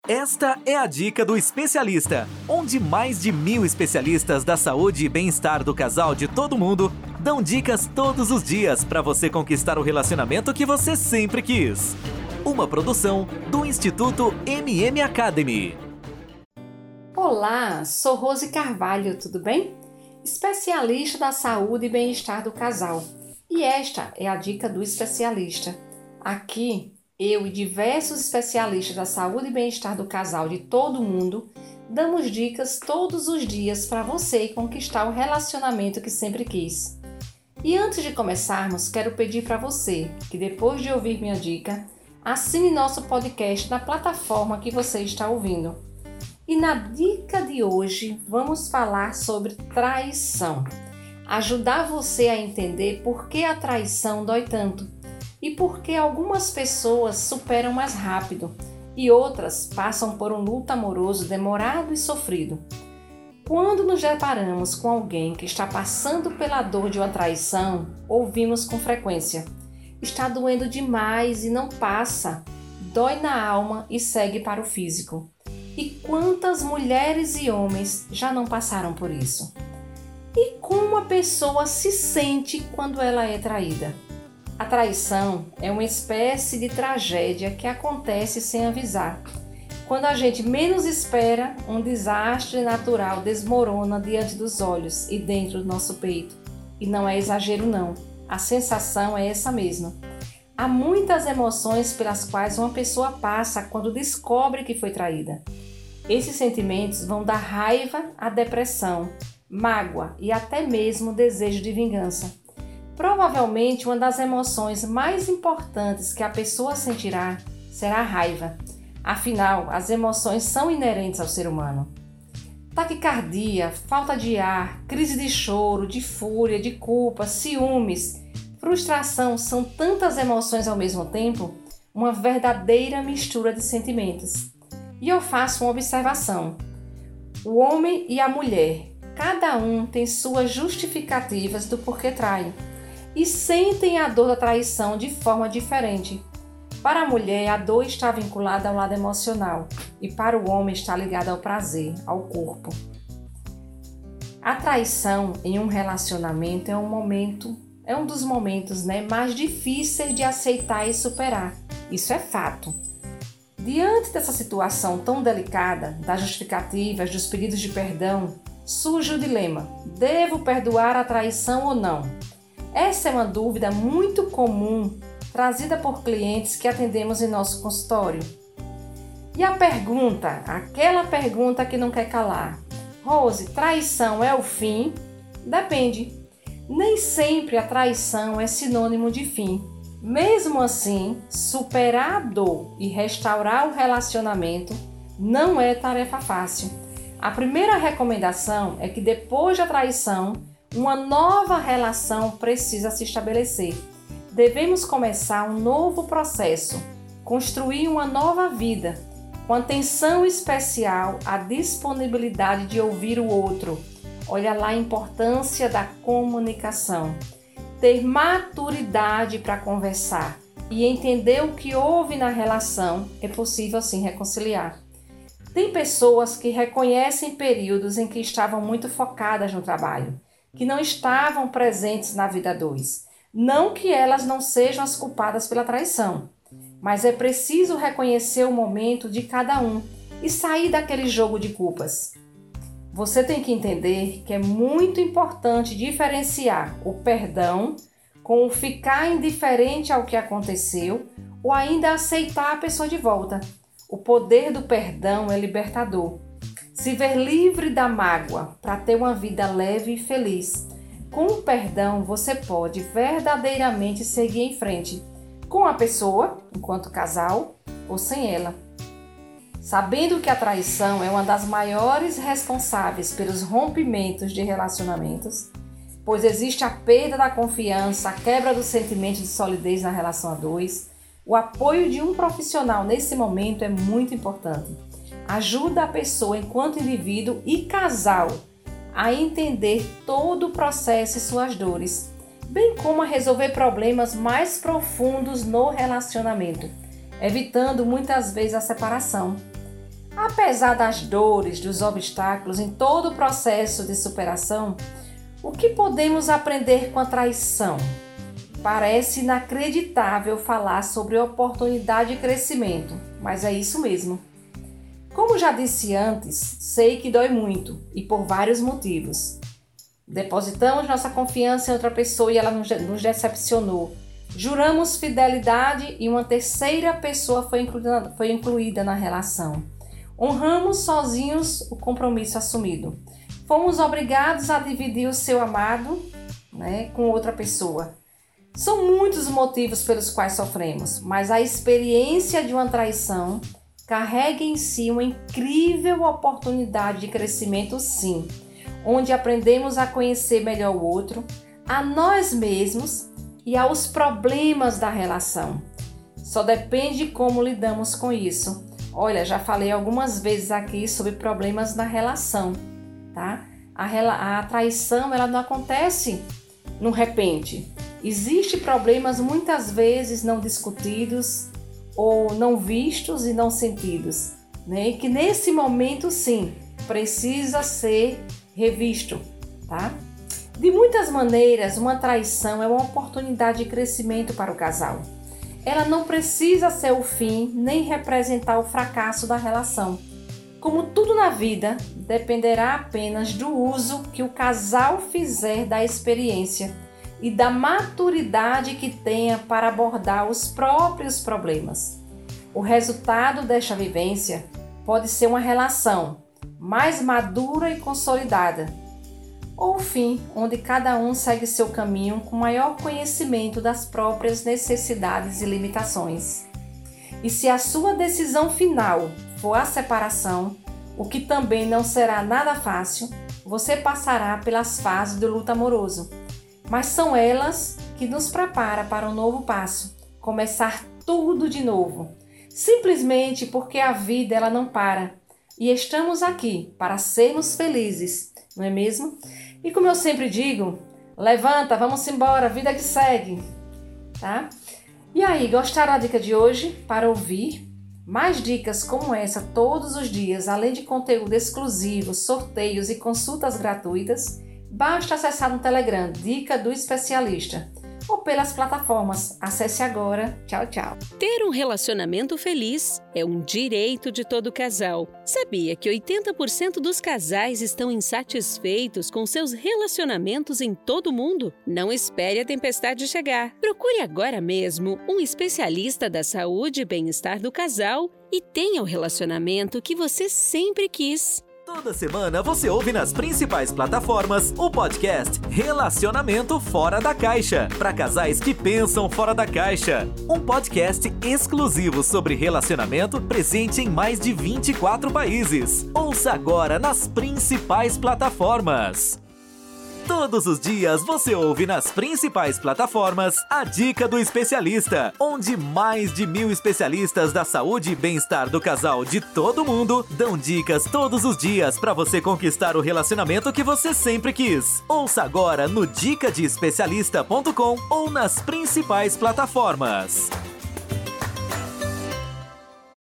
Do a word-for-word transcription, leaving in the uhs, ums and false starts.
Esta é a Dica do Especialista, onde mais de mil especialistas da saúde e bem-estar do casal de todo mundo dão dicas todos os dias para você conquistar o relacionamento que você sempre quis. Uma produção do Instituto M M Academy. Olá, sou Rose Carvalho, tudo bem? Especialista da saúde e bem-estar do casal. E esta é a Dica do Especialista. Aqui, eu e diversos especialistas da saúde e bem-estar do casal de todo mundo damos dicas todos os dias para você conquistar o relacionamento que sempre quis. E antes de começarmos, quero pedir para você que depois de ouvir minha dica, assine nosso podcast na plataforma que você está ouvindo. E na dica de hoje vamos falar sobre traição. Ajudar você a entender por que a traição dói tanto. E por que algumas pessoas superam mais rápido e outras passam por um luto amoroso demorado e sofrido. Quando nos deparamos com alguém que está passando pela dor de uma traição, ouvimos com frequência: está doendo demais e não passa, dói na alma e segue para o físico. E quantas mulheres e homens já não passaram por isso? E como a pessoa se sente quando ela é traída? A traição é uma espécie de tragédia que acontece sem avisar. Quando a gente menos espera, um desastre natural desmorona diante dos olhos e dentro do nosso peito. E não é exagero não, a sensação é essa mesma. Há muitas emoções pelas quais uma pessoa passa quando descobre que foi traída. Esses sentimentos vão da raiva à depressão, mágoa e até mesmo desejo de vingança. Provavelmente uma das emoções mais importantes que a pessoa sentirá será a raiva. Afinal, as emoções são inerentes ao ser humano. Taquicardia, falta de ar, crise de choro, de fúria, de culpa, ciúmes, frustração são tantas emoções ao mesmo tempo, uma verdadeira mistura de sentimentos. E eu faço uma observação. O homem e a mulher, cada um tem suas justificativas do porquê trai. E sentem a dor da traição de forma diferente. Para a mulher, a dor está vinculada ao lado emocional e para o homem está ligada ao prazer, ao corpo. A traição em um relacionamento é um momento, é um dos momentos né, mais difíceis de aceitar e superar. Isso é fato. Diante dessa situação tão delicada, das justificativas, dos pedidos de perdão, surge o dilema: devo perdoar a traição ou não? Essa é uma dúvida muito comum, trazida por clientes que atendemos em nosso consultório. E a pergunta, aquela pergunta que não quer calar: Rose, traição é o fim? Depende. Nem sempre a traição é sinônimo de fim. Mesmo assim, superar a dor e restaurar o relacionamento não é tarefa fácil. A primeira recomendação é que depois da traição, uma nova relação precisa se estabelecer. Devemos começar um novo processo, construir uma nova vida, com atenção especial à disponibilidade de ouvir o outro. Olha lá a importância da comunicação. Ter maturidade para conversar e entender o que houve na relação, é possível sim reconciliar. Tem pessoas que reconhecem períodos em que estavam muito focadas no trabalho, que não estavam presentes na vida a dois. Não que elas não sejam as culpadas pela traição, mas é preciso reconhecer o momento de cada um e sair daquele jogo de culpas. Você tem que entender que é muito importante diferenciar o perdão com o ficar indiferente ao que aconteceu ou ainda aceitar a pessoa de volta. O poder do perdão é libertador. Se ver livre da mágoa para ter uma vida leve e feliz. Com o perdão, você pode verdadeiramente seguir em frente, com a pessoa, enquanto casal, ou sem ela. Sabendo que a traição é uma das maiores responsáveis pelos rompimentos de relacionamentos, pois existe a perda da confiança, a quebra do sentimento de solidez na relação a dois, o apoio de um profissional nesse momento é muito importante. Ajuda a pessoa enquanto indivíduo e casal a entender todo o processo e suas dores, bem como a resolver problemas mais profundos no relacionamento, evitando muitas vezes a separação. Apesar das dores, dos obstáculos em todo o processo de superação, o que podemos aprender com a traição? Parece inacreditável falar sobre oportunidade de crescimento, mas é isso mesmo. Como já disse antes, sei que dói muito e por vários motivos. Depositamos nossa confiança em outra pessoa e ela nos decepcionou. Juramos fidelidade e uma terceira pessoa foi incluída, foi incluída na relação. Honramos sozinhos o compromisso assumido. Fomos obrigados a dividir o seu amado, né, com outra pessoa. São muitos os motivos pelos quais sofremos, mas a experiência de uma traição carrega em si uma incrível oportunidade de crescimento, sim, onde aprendemos a conhecer melhor o outro, a nós mesmos e aos problemas da relação. Só depende de como lidamos com isso. Olha, já falei algumas vezes aqui sobre problemas na relação, tá? A, rela- a traição, ela não acontece no repente. Existem problemas muitas vezes não discutidos ou não vistos e não sentidos, né? E que nesse momento, sim, precisa ser revisto, tá? De muitas maneiras, uma traição é uma oportunidade de crescimento para o casal. Ela não precisa ser o fim nem representar o fracasso da relação. Como tudo na vida, dependerá apenas do uso que o casal fizer da experiência e da maturidade que tenha para abordar os próprios problemas. O resultado desta vivência pode ser uma relação mais madura e consolidada, ou o fim, onde cada um segue seu caminho com maior conhecimento das próprias necessidades e limitações. E se a sua decisão final for a separação, o que também não será nada fácil, você passará pelas fases do luto amoroso. Mas são elas que nos preparam para um novo passo, começar tudo de novo. Simplesmente porque a vida ela não para. E estamos aqui para sermos felizes, não é mesmo? E como eu sempre digo, levanta, vamos embora, vida que segue, tá? E aí, gostaram da dica de hoje? Para ouvir mais dicas como essa todos os dias, além de conteúdo exclusivo, sorteios e consultas gratuitas, basta acessar no Telegram Dica do Especialista ou pelas plataformas. Acesse agora. Tchau, tchau. Ter um relacionamento feliz é um direito de todo casal. Sabia que oitenta por cento dos casais estão insatisfeitos com seus relacionamentos em todo o mundo? Não espere a tempestade chegar. Procure agora mesmo um especialista da saúde e bem-estar do casal e tenha o relacionamento que você sempre quis. Toda semana você ouve nas principais plataformas o podcast Relacionamento Fora da Caixa, para casais que pensam fora da caixa. Um podcast exclusivo sobre relacionamento presente em mais de vinte e quatro países. Ouça agora nas principais plataformas. Todos os dias você ouve nas principais plataformas a Dica do Especialista, onde mais de mil especialistas da saúde e bem-estar do casal de todo mundo dão dicas todos os dias para você conquistar o relacionamento que você sempre quis. Ouça agora no dica de especialista ponto com ou nas principais plataformas.